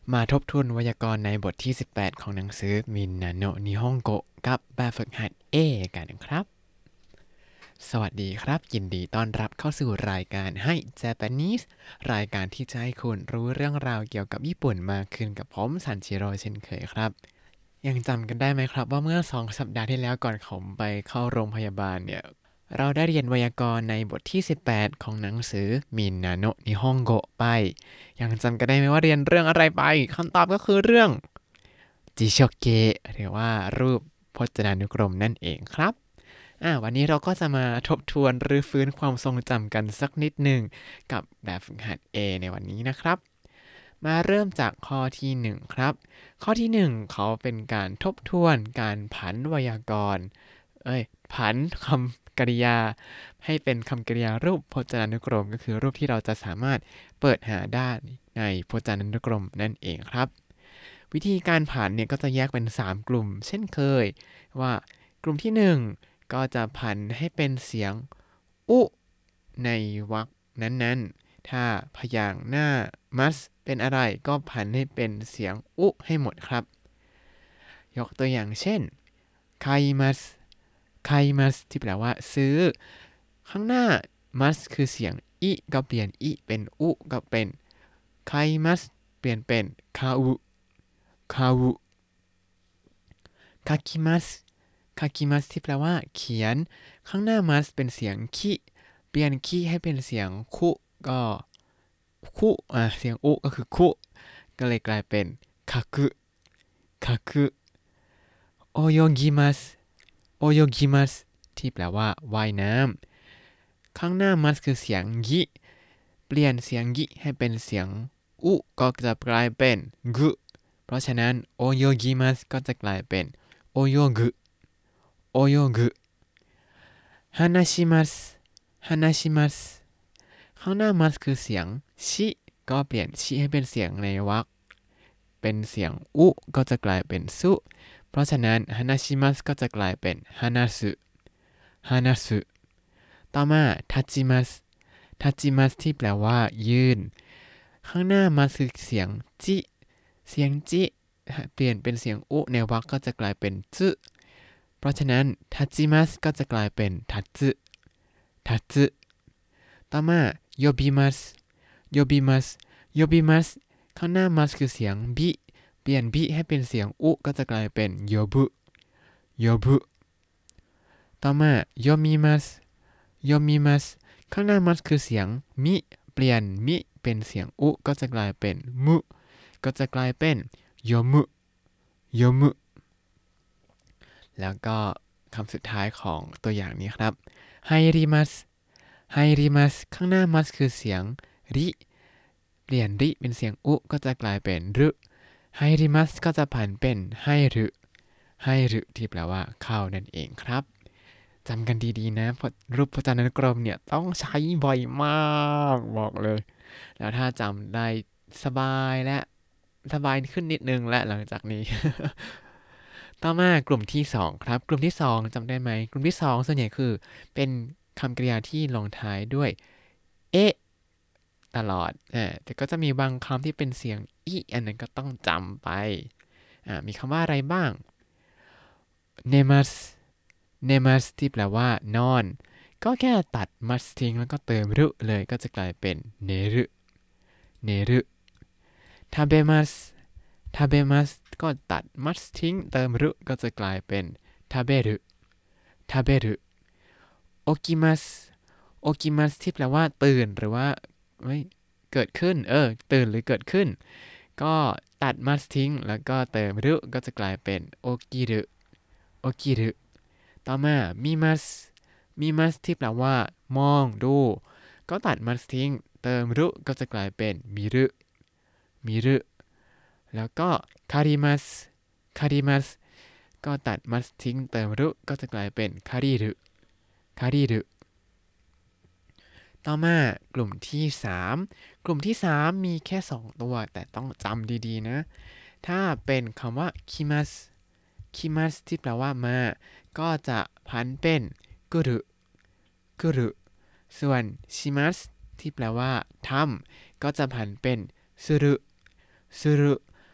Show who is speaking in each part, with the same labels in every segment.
Speaker 1: มาทบทวนไวยากรณ์ในบทที่18ของหนังสือมินนาโนะนิฮงโกะกับแบบฝึกหัด A กันนะครับสวัสดีครับยินดีต้อนรับเข้าสู่รายการให้ Japanese รายการที่จะให้คุณรู้เรื่องราวเกี่ยวกับญี่ปุ่นมากขึ้นกับผมซันชิโร่เช่นเคยครับยังจำกันได้ไหมครับว่าเมื่อ2 สัปดาห์ที่แล้วก่อนผมไปเข้าโรงพยาบาลเนี่ยเราได้เรียนไวยากรณ์ในบทที่18ของหนังสือมินนาโนะนิฮงโกะไปยังจำกันได้ไหมว่าเรียนเรื่องอะไรไปคำตอบก็คือเรื่อง จิโชเกะหรือว่ารูปพจนานุกรมนั่นเองครับวันนี้เราก็จะมาทบทวนหรือฟื้นความทรงจำกันสักนิดหนึ่งกับแบบฝึกหัด A ในวันนี้นะครับมาเริ่มจากข้อที่1ครับข้อที่1เขาเป็นการทบทวนการผันไวยากรณ์ผันคำกริยาให้เป็นคำกริยารูปพจนานุกรมก็คือรูปที่เราจะสามารถเปิดหาได้ในพจนานุกรมนั่นเองครับ วิธีการผ่านเนี่ยก็จะแยกเป็น3กลุ่มเช่นเคยว่ากลุ่มที่1ก็จะผันให้เป็นเสียงอุในวรรคนั้นๆถ้าพยางค์หน้า must เป็นอะไรก็ผันให้เป็นเสียงอุให้หมดครับยกตัวอย่างเช่นไคมัสไคมัสที่แปลว่าซื้อข้างหน้า must คือเสียงอิก็เปลี่ยนอิเป็นอุก็เป็นไคมัสเปลี่ยนเป็นคาอุคาอุคาคิมัสคาคิมัสที่แปลว่าเขียนข้างหน้า must เป็นเสียงคิเปลี่ยนคิให้เป็นเสียงคุก็คุเสียงอุก็คือคุก็เลยกลายเป็นคาคุคาคุโอโยกิมัสโอโยกิมัสที่แปลว่าว่ายน้ำข้างหน้า must คือเสียงยิเปลี่ยนเสียงยิให้เป็นเสียงอุก็จะกลายเป็นกุเพราะฉะนั้นโอโยกิมัสก็จะกลายเป็นโอโยกุโอโยกุฮานาชิมัสฮานาชิมัสข้างหน้า must คือเสียงชิก็เปลี่ยนชิให้เป็นเสียงในวรรคเป็นเสียงอุก็จะกลายเป็นสุเพราะฉะนั้นฮานาชิมัสก็จะกลายเป็นฮานาสุฮานาสุต่อมาทัจิมัสทัจิมัสที่แปลว่ายืนข้างหน้า must คือเสียงจิเสียงจิเปลี่ยนเป็นเสียงอุในวรรคก็จะกลายเป็นจุเพราะฉะนั้นทัจิมัสก็จะกลายเป็นทัจุทัจุต่อมาโยบิมัสโยบิมัสโยบิมัสข้างหน้า must คือเสียงบิเปลี่ยนบิให้เป็นเสียงอุก็จะกลายเป็นโยบุโยบุต่อมาโยมิมัสโยมิมัสข้างหน้า must คือเสียงมิเปลี่ยนมิเป็นเสียงอุก็จะกลายเป็นมุก็จะกลายเป็นโยมุโยมุแล้วก็คำสุดท้ายของตัวอย่างนี้ครับไฮริมัสไฮริมัสข้างหน้า must คือเสียงริเปลี่ยนริเป็นเสียงอุก็จะกลายเป็นรุไฮริมัสก็จะผันเป็นไฮรุไฮรุที่แปลว่าเข้านั่นเองครับจำกันดีๆนะเพราะรูปพจนานุกรมเนี่ยต้องใช้บ่อยมากบอกเลยแล้วถ้าจำได้สบายและสบายขึ้นนิดนึงและหลังจากนี้ ต่อมากลุ่มที่2ครับกลุ่มที่2จำได้ไหมกลุ่มที่2ส่วนใหญ่คือเป็นคำกริยาที่ลงท้ายด้วยเอะตลอดแต่ก็จะมีบางคำที่เป็นเสียงอีอันนั้นก็ต้องจำไปมีคำว่าอะไรบ้างเนมัสเนมัสที่แปลว่านอนก็แค่ตัดมัสทิ้งแล้วก็เติมรุเลยก็จะกลายเป็นเนรุเนรุทาเบมัสทาเบมัสก็ตัดมัสทิ้งเติมรุก็จะกลายเป็นทาเบรุทาเบรุโอกิมัสโอกิมัสที่แปลว่าตื่นหรือว่าเกิดขึ้นตื่นหรือเกิดขึ้นก็ตัดมัสทิ้งแล้วก็เติมรุก็จะกลายเป็นโอกิรุโอกิรุต่อมามิมัสมิมัสที่แปลว่ามองดูก็ตัดมัสทิ้งเติมรุก็จะกลายเป็นมิรุมิรุแล้วก็คาริมัสคาริมัสก็ตัดมัสทิ้งเติมรุก็จะกลายเป็นคาริรุคาริรุต่อมากลุ่มที่3กลุ่มที่3มีแค่2ตัวแต่ต้องจำดีๆนะถ้าเป็นคำว่าคิมัสคิมัสที่แปลว่ามาก็จะผันเป็นกุรุกุรุส่วนชิมัสที่แปลว่าทำก็จะผันเป็นสุรุสุรุ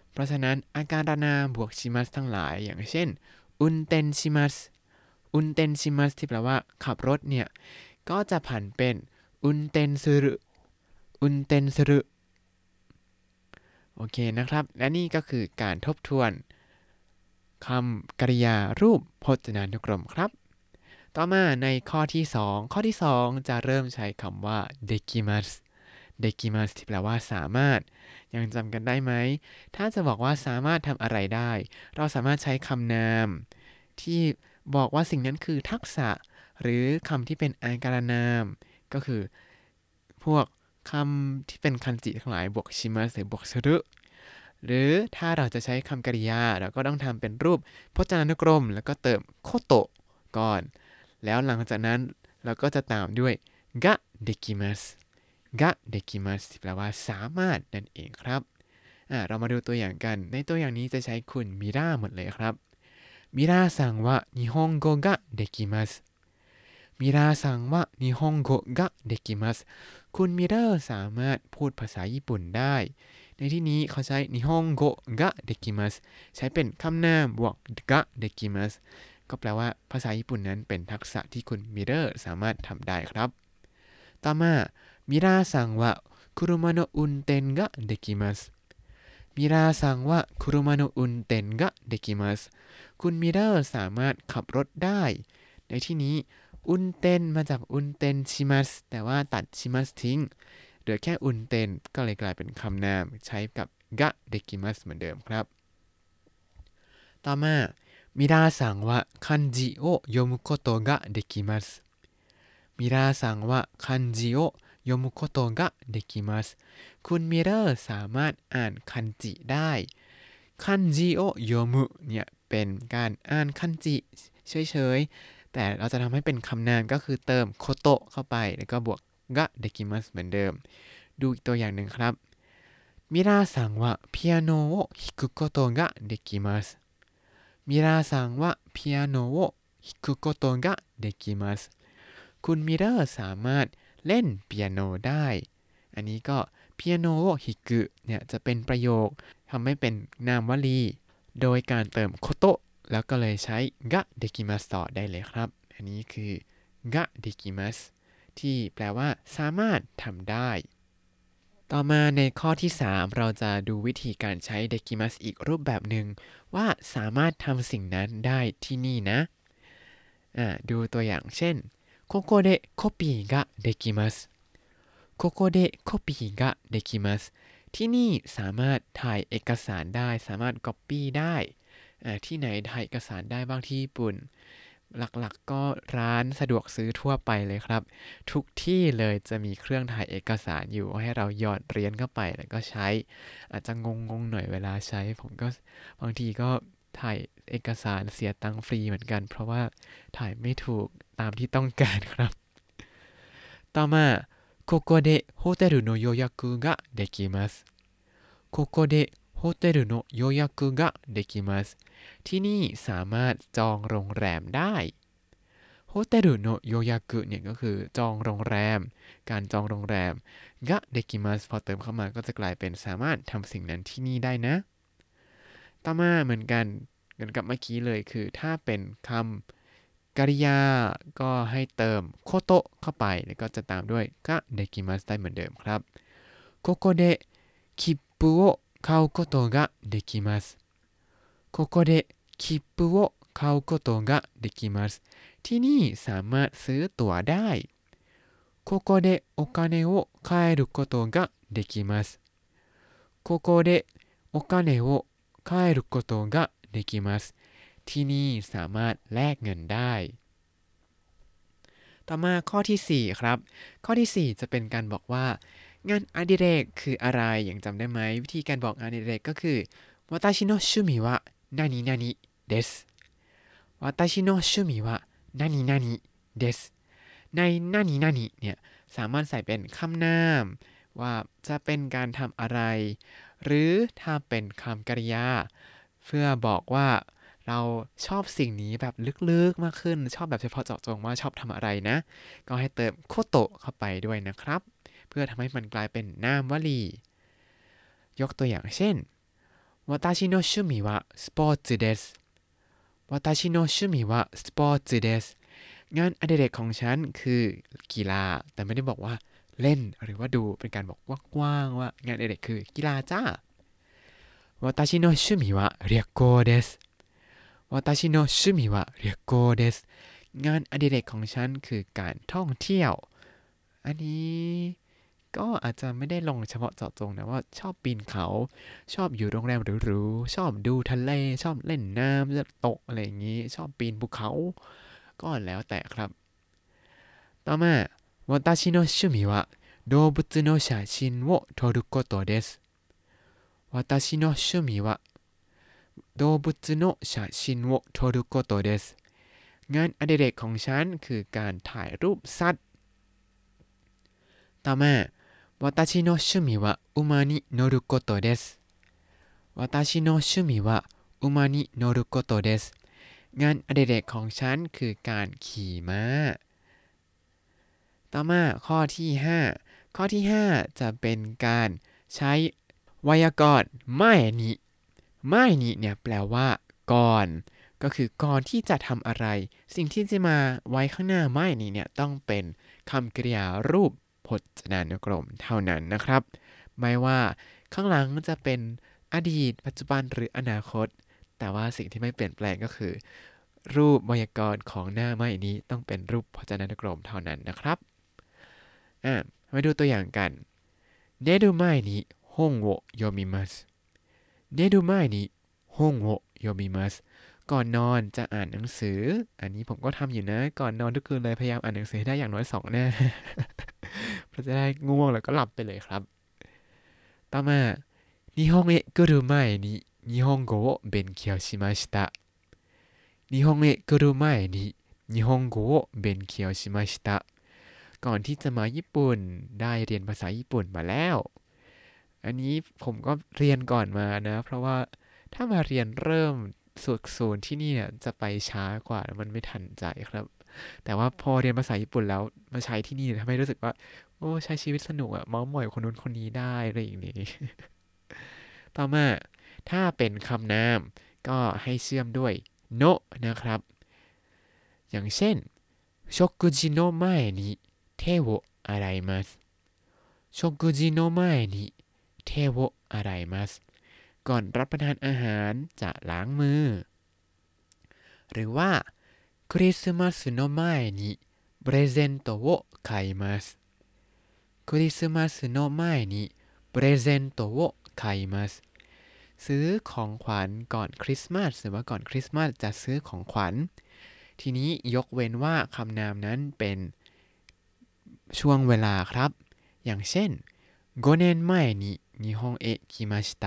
Speaker 1: เพราะฉะนั้นอาการนามบวกชิมัสทั้งหลายอย่างเช่นอุนเตนชิมัสอุนเตนชิมัสที่แปลว่าขับรถเนี่ยก็จะผันเป็นอุนเตนซึรุอุนเตนซึรุโอเคนะครับและนี่ก็คือการทบทวนคำกริยารูปพจนานุกรมครับต่อมาในข้อที่2ข้อที่2จะเริ่มใช้คำว่าเดกิมัสเดกิมัสที่แปลว่าสามารถยังจำกันได้ไหมถ้าจะบอกว่าสามารถทำอะไรได้เราสามารถใช้คำนามที่บอกว่าสิ่งนั้นคือทักษะหรือคำที่เป็นอาการนามก็คือพวกคำที่เป็นคันจิทั้งหลายบวกชิมัสหรือบวกสรุหรือถ้าเราจะใช้คำกริยาเราก็ต้องทำเป็นรูปพจนานุกรมแล้วก็เติมโคโตะก่อนแล้วหลังจากนั้นเราก็จะตามด้วยกะเดกิมัสกะเดกิมัสที่แปลว่าสามารถนั่นเองครับเรามาดูตัวอย่างกันในตัวอย่างนี้จะใช้คุณมิราหมดเลยครับมิราซังวะนิฮงโกกะเดกิมัสมิราซังวะนิฮงโกกะเดกิมัสคุณมิราสามารถพูดภาษาญี่ปุ่นได้ในที่นี้เขาใช้นิฮงโกกะเดกิมัสใช้เป็นคำนามบวกกะเดกิมัสก็แปลว่าภาษาญี่ปุ่นนั้นเป็นทักษะที่คุณมิราสามารถทำได้ครับต่อมามิราซังวะคุรุมะโนะอุนเต็นกะเดกิมัสมิราซังวะคุรุมะโนะอุนเต็นกะเดกิมัสคุณมิราสามารถขับรถได้ในที่นี้อุนเต็นมาจากอุนเต็นชิมัสแต่ว่าตัดชิมัสทิ้งเหลือแค่อุนเต็นก็เลยกลายเป็นคำนามใช้กับกะเดกิมัสเหมือนเดิมครับต่อมามิราซังวะคันจิโอโยมุโกโตะกะเดกิมัสมิราซังวะคันจิโอโยมุโกโตะกะเดกิมัสคุณมิราสามารถอ่านคันจิได้คันจิโอโยมุเนี่ยเป็นการอ่านคันจิเฉยๆแต่เราจะทำให้เป็นคำนามก็คือเติมโคโตะเข้าไปแล้วก็บวกกะเดกิมัสเหมือนเดิมดูอีกตัวอย่างหนึ่งครับมิราซังวะピアノを弾くことができますมิราซังวะピアノを弾くことができますคุณมิราสามารถเล่นเปียโนได้อันนี้ก็เปียโนโอฮิกุเนี่ยจะเป็นประโยคทำให้เป็นนามวลีโดยการเติมโคโตะแล้วก็เลยใช้กะเดกิมัสต่อได้เลยครับอันนี้คือกะเดกิมัสที่แปลว่าสามารถทำได้ต่อมาในข้อที่3เราจะดูวิธีการใช้เดกิมัสอีกรูปแบบหนึ่งว่าสามารถทำสิ่งนั้นได้ที่นี่นะดูตัวอย่างเช่นここでコピーができますここでコピーができますที่นี่สามารถถ่ายเอกสารได้สามารถ copy ได้ที่ไหนถ่ายเอกสารได้บ้างที่ญี่ปุ่นหลักๆก็ร้านสะดวกซื้อทั่วไปเลยครับทุกที่เลยจะมีเครื่องถ่ายเอกสารอยู่ให้เราหยอดเหรียญเข้าไปแล้วก็ใช้อาจจะงงๆหน่อยเวลาใช้ผมก็บางทีก็ถ่ายเอกสารเสียตังค์ฟรีเหมือนกันเพราะว่าถ่ายไม่ถูกตามที่ต้องการครับต่อมาここでホテルの予約ができますここでホテルの予約ができますที่นี่สามารถจองโรงแรมได้โฮเทルの予約เนี่ยก็คือจองโรงแรมการจองโรงแรมができますพอเติมเข้ามาก็จะกลายเป็นสามารถทำสิ่งนั้นที่นี่ได้นะต่อมาเหมือนกันกับเมื่อกี้เลยคือถ้าเป็นคำกริยาก็ให้เติมโคโตะเข้าไปแล้วก็จะตามด้วยกะเดกิมัสได้เหมือนเดิมครับここで切符を買うことができますここで切符を買うことができますที่นี่สามารถซื้อตั๋วได้ここでお金を変えることができますここでお金を変えることができますที่นี่สามารถแลกเงินได้ต่อมาข้อที่4ครับข้อที่4จะเป็นการบอกว่างานอดิเรกคืออะไรอย่างจำได้ไหมวิธีการบอกงานอดิเรกก็คือ私の趣味は何々です私の趣味は何々ですใน何々เนี่ยสามารถใส่เป็นคำนามว่าจะเป็นการทำอะไรหรือถ้าเป็นคำกริยาเพื่อบอกว่าเราชอบสิ่งนี้แบบลึกๆมากขึ้นชอบแบบเฉพาะเจาะจงว่าชอบทำอะไรนะก็ให้เติมโคโตะเข้าไปด้วยนะครับเพื่อทำให้มันกลายเป็นนามวลียกตัวอย่างเช่น私私の趣味はスポーツです私の趣味はスポーツですงานอดิเรกของฉันคือกีฬาแต่ไม่ได้บอกว่าเล่นหรือว่าดูเป็นการบอกกว้างๆว่างานอดิเรกคือกีฬาจ้า私の趣味は旅行です私の趣味は旅行ですงานอดิเรกของฉันคือการท่องเที่ยวอันนี้ก็อาจจะไม่ได้ลงเฉพาะเจาะจงนะว่าชอบปีนเขาชอบอยู่โรงแรมหรูๆชอบดูทะเลชอบเล่นน้ำจะตกอะไรอย่างนี้ชอบปีนภูเขาก็แล้วแต่ครับต่อมา私の趣味は動物の写真を撮ることです私の趣味は動物の写真を撮ることですงานอดิเรกของฉันคือการถ่ายรูปสัตว์ต่อมา私の趣味は馬に乗ることです私の趣味は馬に乗ることですงานอดิเรกของฉันคือการขี่ม้าต่อมาข้อที่5จะเป็นการใช้ไวยากรณ์ไม่นิไม่นิเนี่ยแปลว่าก่อนก็คือก่อนที่จะทำอะไรสิ่งที่จะมาไว้ข้างหน้าไม่นิเนี่ยต้องเป็นคำกริยารูปพจนานุกรมเท่านั้นนะครับไม่ว่าข้างหลังจะเป็นอดีตปัจจุบันหรืออนาคตแต่ว่าสิ่งที่ไม่เปลี่ยนแปลงก็คือรูปไวยากรณ์ของหน้าไม่นี้ต้องเป็นรูปพจนานุกรมเท่านั้นนะครับมาดูตัวอย่างกัน寝る前に本を読みます寝る前に本を読みますก่อนนอนจะอ่านหนังสืออันนี้ผมก็ทำอยู่นะก่อนนอนทุกคืนเลยพยายามอ่านหนังสือให้ได้อย่างน้อย2 หน้า เพื่อจะได้ง่วงแล้วก็หลับไปเลยครับต่อมา日本へ来る前に日本語を勉強しました日本へ来る前に日本語を勉強しましたก่อนที่จะมาญี่ปุ่นได้เรียนภาษาญี่ปุ่นมาแล้วอันนี้ผมก็เรียนก่อนมานะเพราะว่าถ้ามาเรียนเริ่มศูนย์ที่นี่เนี่ยจะไปช้ากว่ามันไม่ทันใจครับแต่ว่าพอเรียนภาษาญี่ปุ่นแล้วมาใช้ที่นี่ทำให้รู้สึกว่าโอ้ใช้ชีวิตสนุกอะเม้าท์มอยคนนู้นคนนี้ได้อะไรอย่างนี้ ต่อมาถ้าเป็นคำนามก็ให้เชื่อมด้วยโนะนะครับอย่างเช่น食事の前に手を洗います食事の前に手を洗いますก่อนรับประทานอาหารจะล้างมือหรือว่าคริสต์มาสの前にプレゼントを買いますคริสต์มาสの前にプレゼントを買いますซื้อของขวัญก่อนคริสต์มาสหรือว่าก่อนคริสต์มาสจะซื้อของขวัญทีนี้ยกเว้นว่าคำนามนั้นเป็นช่วงเวลาครับอย่างเช่น5年前に日本へ来ました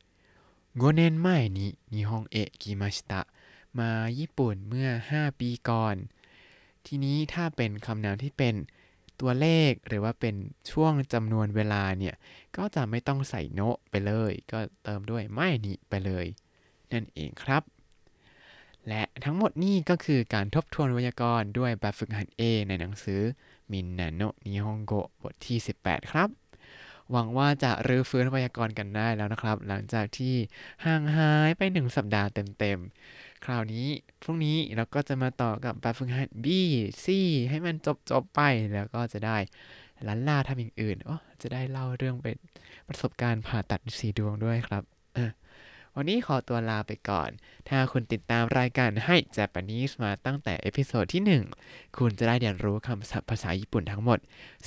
Speaker 1: 5年前に日本へ来ましたมาญี่ปุ่นเมื่อ5 ปีก่อนทีนี้ถ้าเป็นคำนามที่เป็นตัวเลขหรือว่าเป็นช่วงจำนวนเวลาเนี่ยก็จะไม่ต้องใส่โนะไปเลยก็เติมด้วยไม่นิไปเลยนั่นเองครับและทั้งหมดนี้ก็คือการทบทวนไวยากรณ์ด้วยแบบฝึกหัด A ในหนังสือมินนาโนะนิฮงโกะบทที่18ครับหวังว่าจะรื้อฟื้นไวยากรณ์กันได้แล้วนะครับหลังจากที่ห่างหายไป1 สัปดาห์เต็มๆคราวนี้พรุ่งนี้เราก็จะมาต่อกับแบบฝึกหัด B C ให้มันจบไปแล้วก็จะได้ลันล่าทำอย่างอื่นจะได้เล่าเรื่องเป็นประสบการณ์ผ่าตัดสีดวงด้วยครับวันนี้ขอตัวลาไปก่อนถ้าคุณติดตามรายการให้ Japanese มาตั้งแต่เอพิโซดที่1คุณจะได้เรียนรู้คำศัพท์ภาษาญี่ปุ่นทั้งหมด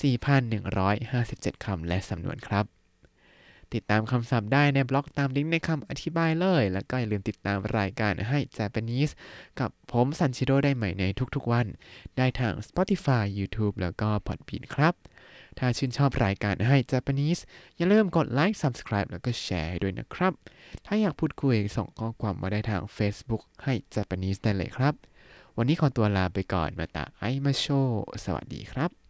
Speaker 1: 4,157 คำและสำนวนครับติดตามคำศัพท์ได้ในบล็อกตามลิงก์ในคำอธิบายเลยแล้วก็อย่าลืมติดตามรายการให้ Japanese กับผมซันชิโร่ได้ใหม่ในทุกๆวันได้ทาง Spotify YouTube แล้วก็ Podbean ครับถ้าชื่นชอบรายการให้ Japanese อย่าลืมกดไลค์ Subscribe แล้วก็แชร์ให้ด้วยนะครับถ้าอยากพูดคุยส่งข้อความมาได้ทาง Facebook ให้ Japanese ได้เลยครับวันนี้ขอตัวลาไปก่อนมาตาไอมาโชสวัสดีครับ